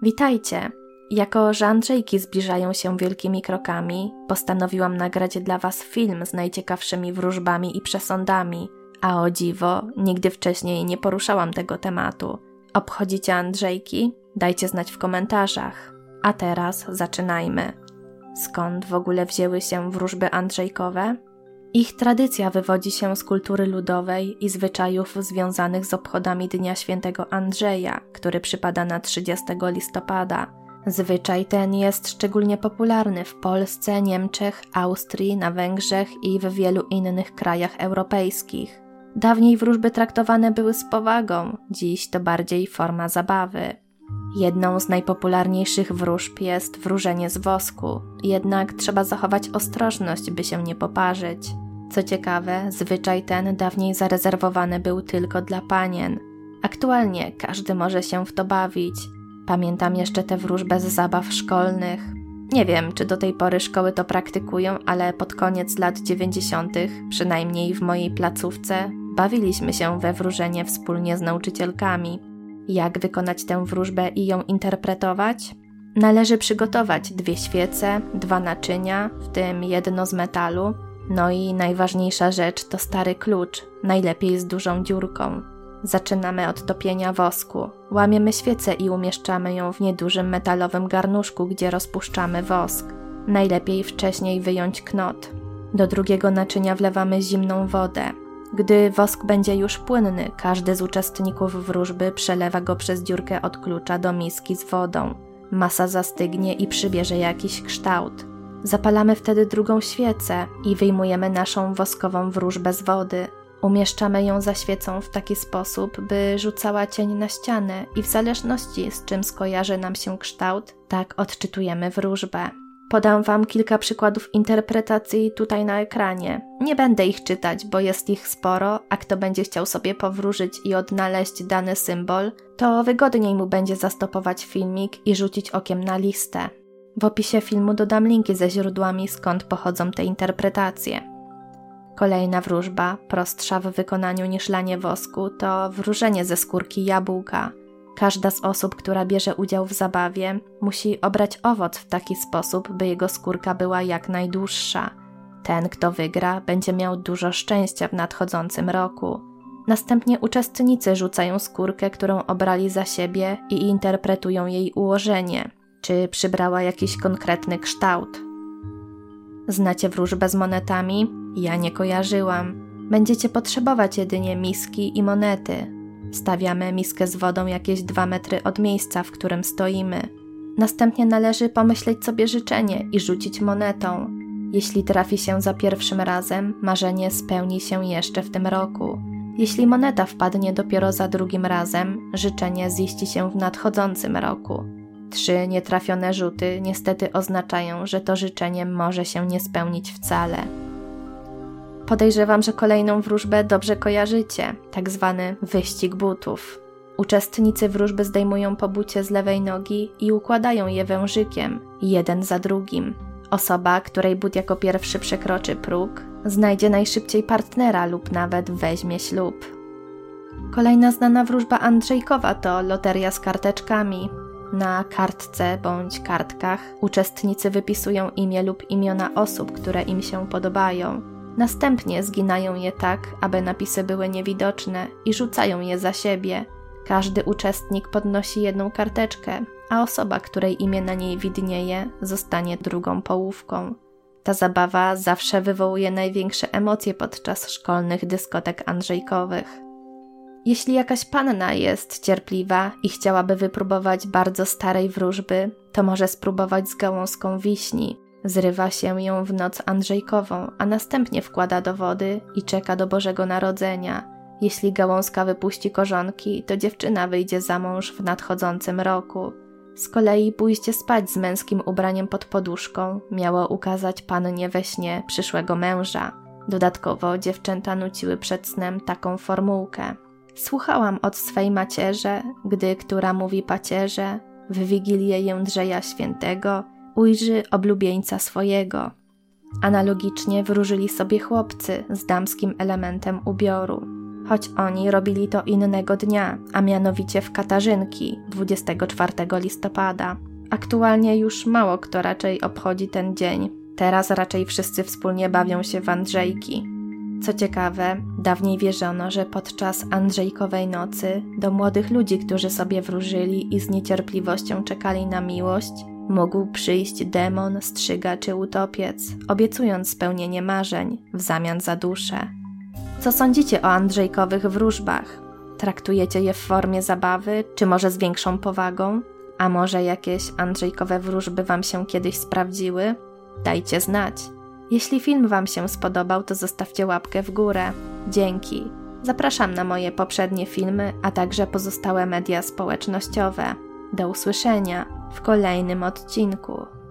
Witajcie! Jako że Andrzejki zbliżają się wielkimi krokami, postanowiłam nagrać dla Was film z najciekawszymi wróżbami i przesądami, a o dziwo, nigdy wcześniej nie poruszałam tego tematu. Obchodzicie Andrzejki? Dajcie znać w komentarzach. A teraz zaczynajmy. Skąd w ogóle wzięły się wróżby andrzejkowe? Ich tradycja wywodzi się z kultury ludowej i zwyczajów związanych z obchodami Dnia Świętego Andrzeja, który przypada na 30 listopada. Zwyczaj ten jest szczególnie popularny w Polsce, Niemczech, Austrii, na Węgrzech i w wielu innych krajach europejskich. Dawniej wróżby traktowane były z powagą, dziś to bardziej forma zabawy. Jedną z najpopularniejszych wróżb jest wróżenie z wosku, jednak trzeba zachować ostrożność, by się nie poparzyć. Co ciekawe, zwyczaj ten dawniej zarezerwowany był tylko dla panien. Aktualnie każdy może się w to bawić. Pamiętam jeszcze tę wróżbę z zabaw szkolnych. Nie wiem, czy do tej pory szkoły to praktykują, ale pod koniec lat 90., przynajmniej w mojej placówce, bawiliśmy się we wróżenie wspólnie z nauczycielkami. Jak wykonać tę wróżbę i ją interpretować? Należy przygotować 2 świece, 2 naczynia, w tym jedno z metalu. No i najważniejsza rzecz to stary klucz, najlepiej z dużą dziurką. Zaczynamy od topienia wosku. Łamiemy świecę i umieszczamy ją w niedużym metalowym garnuszku, gdzie rozpuszczamy wosk. Najlepiej wcześniej wyjąć knot. Do drugiego naczynia wlewamy zimną wodę. Gdy wosk będzie już płynny, każdy z uczestników wróżby przelewa go przez dziurkę od klucza do miski z wodą. Masa zastygnie i przybierze jakiś kształt. Zapalamy wtedy drugą świecę i wyjmujemy naszą woskową wróżbę z wody. Umieszczamy ją za świecą w taki sposób, by rzucała cień na ścianę i w zależności z czym skojarzy nam się kształt, tak odczytujemy wróżbę. Podam Wam kilka przykładów interpretacji tutaj na ekranie. Nie będę ich czytać, bo jest ich sporo, a kto będzie chciał sobie powróżyć i odnaleźć dany symbol, to wygodniej mu będzie zastopować filmik i rzucić okiem na listę. W opisie filmu dodam linki ze źródłami, skąd pochodzą te interpretacje. Kolejna wróżba, prostsza w wykonaniu niż lanie wosku, to wróżenie ze skórki jabłka. Każda z osób, która bierze udział w zabawie, musi obrać owoc w taki sposób, by jego skórka była jak najdłuższa. Ten, kto wygra, będzie miał dużo szczęścia w nadchodzącym roku. Następnie uczestnicy rzucają skórkę, którą obrali za siebie i interpretują jej ułożenie, czy przybrała jakiś konkretny kształt. Znacie wróżbę z monetami? Ja nie kojarzyłam. Będziecie potrzebować jedynie miski i monety. Stawiamy miskę z wodą jakieś 2 metry od miejsca, w którym stoimy. Następnie należy pomyśleć sobie życzenie i rzucić monetą. Jeśli trafi się za pierwszym razem, marzenie spełni się jeszcze w tym roku. Jeśli moneta wpadnie dopiero za drugim razem, życzenie ziści się w nadchodzącym roku. 3 nietrafione rzuty niestety oznaczają, że to życzenie może się nie spełnić wcale. Podejrzewam, że kolejną wróżbę dobrze kojarzycie, tak zwany wyścig butów. Uczestnicy wróżby zdejmują pobucie z lewej nogi i układają je wężykiem, jeden za drugim. Osoba, której but jako pierwszy przekroczy próg, znajdzie najszybciej partnera lub nawet weźmie ślub. Kolejna znana wróżba andrzejkowa to loteria z karteczkami. Na kartce bądź kartkach uczestnicy wypisują imię lub imiona osób, które im się podobają. Następnie zginają je tak, aby napisy były niewidoczne i rzucają je za siebie. Każdy uczestnik podnosi jedną karteczkę, a osoba, której imię na niej widnieje, zostanie drugą połówką. Ta zabawa zawsze wywołuje największe emocje podczas szkolnych dyskotek andrzejkowych. Jeśli jakaś panna jest cierpliwa i chciałaby wypróbować bardzo starej wróżby, to może spróbować z gałązką wiśni. Zrywa się ją w noc andrzejkową, a następnie wkłada do wody i czeka do Bożego Narodzenia. Jeśli gałązka wypuści korzonki, to dziewczyna wyjdzie za mąż w nadchodzącym roku. Z kolei pójście spać z męskim ubraniem pod poduszką miało ukazać pannie we śnie przyszłego męża. Dodatkowo dziewczęta nuciły przed snem taką formułkę. Słuchałam od swej macierze, gdy która mówi pacierze, w Wigilię Jędrzeja Świętego ujrzy oblubieńca swojego. Analogicznie wróżyli sobie chłopcy z damskim elementem ubioru. choć oni robili to innego dnia, a mianowicie w Katarzynki 24 listopada. Aktualnie już mało kto raczej obchodzi ten dzień. Teraz raczej wszyscy wspólnie bawią się w Andrzejki. Co ciekawe, dawniej wierzono, że podczas Andrzejkowej nocy do młodych ludzi, którzy sobie wróżyli i z niecierpliwością czekali na miłość, mógł przyjść demon, strzyga czy utopiec, obiecując spełnienie marzeń w zamian za duszę. Co sądzicie o Andrzejkowych wróżbach? Traktujecie je w formie zabawy, czy może z większą powagą? A może jakieś Andrzejkowe wróżby Wam się kiedyś sprawdziły? Dajcie znać. Jeśli film Wam się spodobał, to zostawcie łapkę w górę. Dzięki. Zapraszam na moje poprzednie filmy, a także pozostałe media społecznościowe. Do usłyszenia w kolejnym odcinku.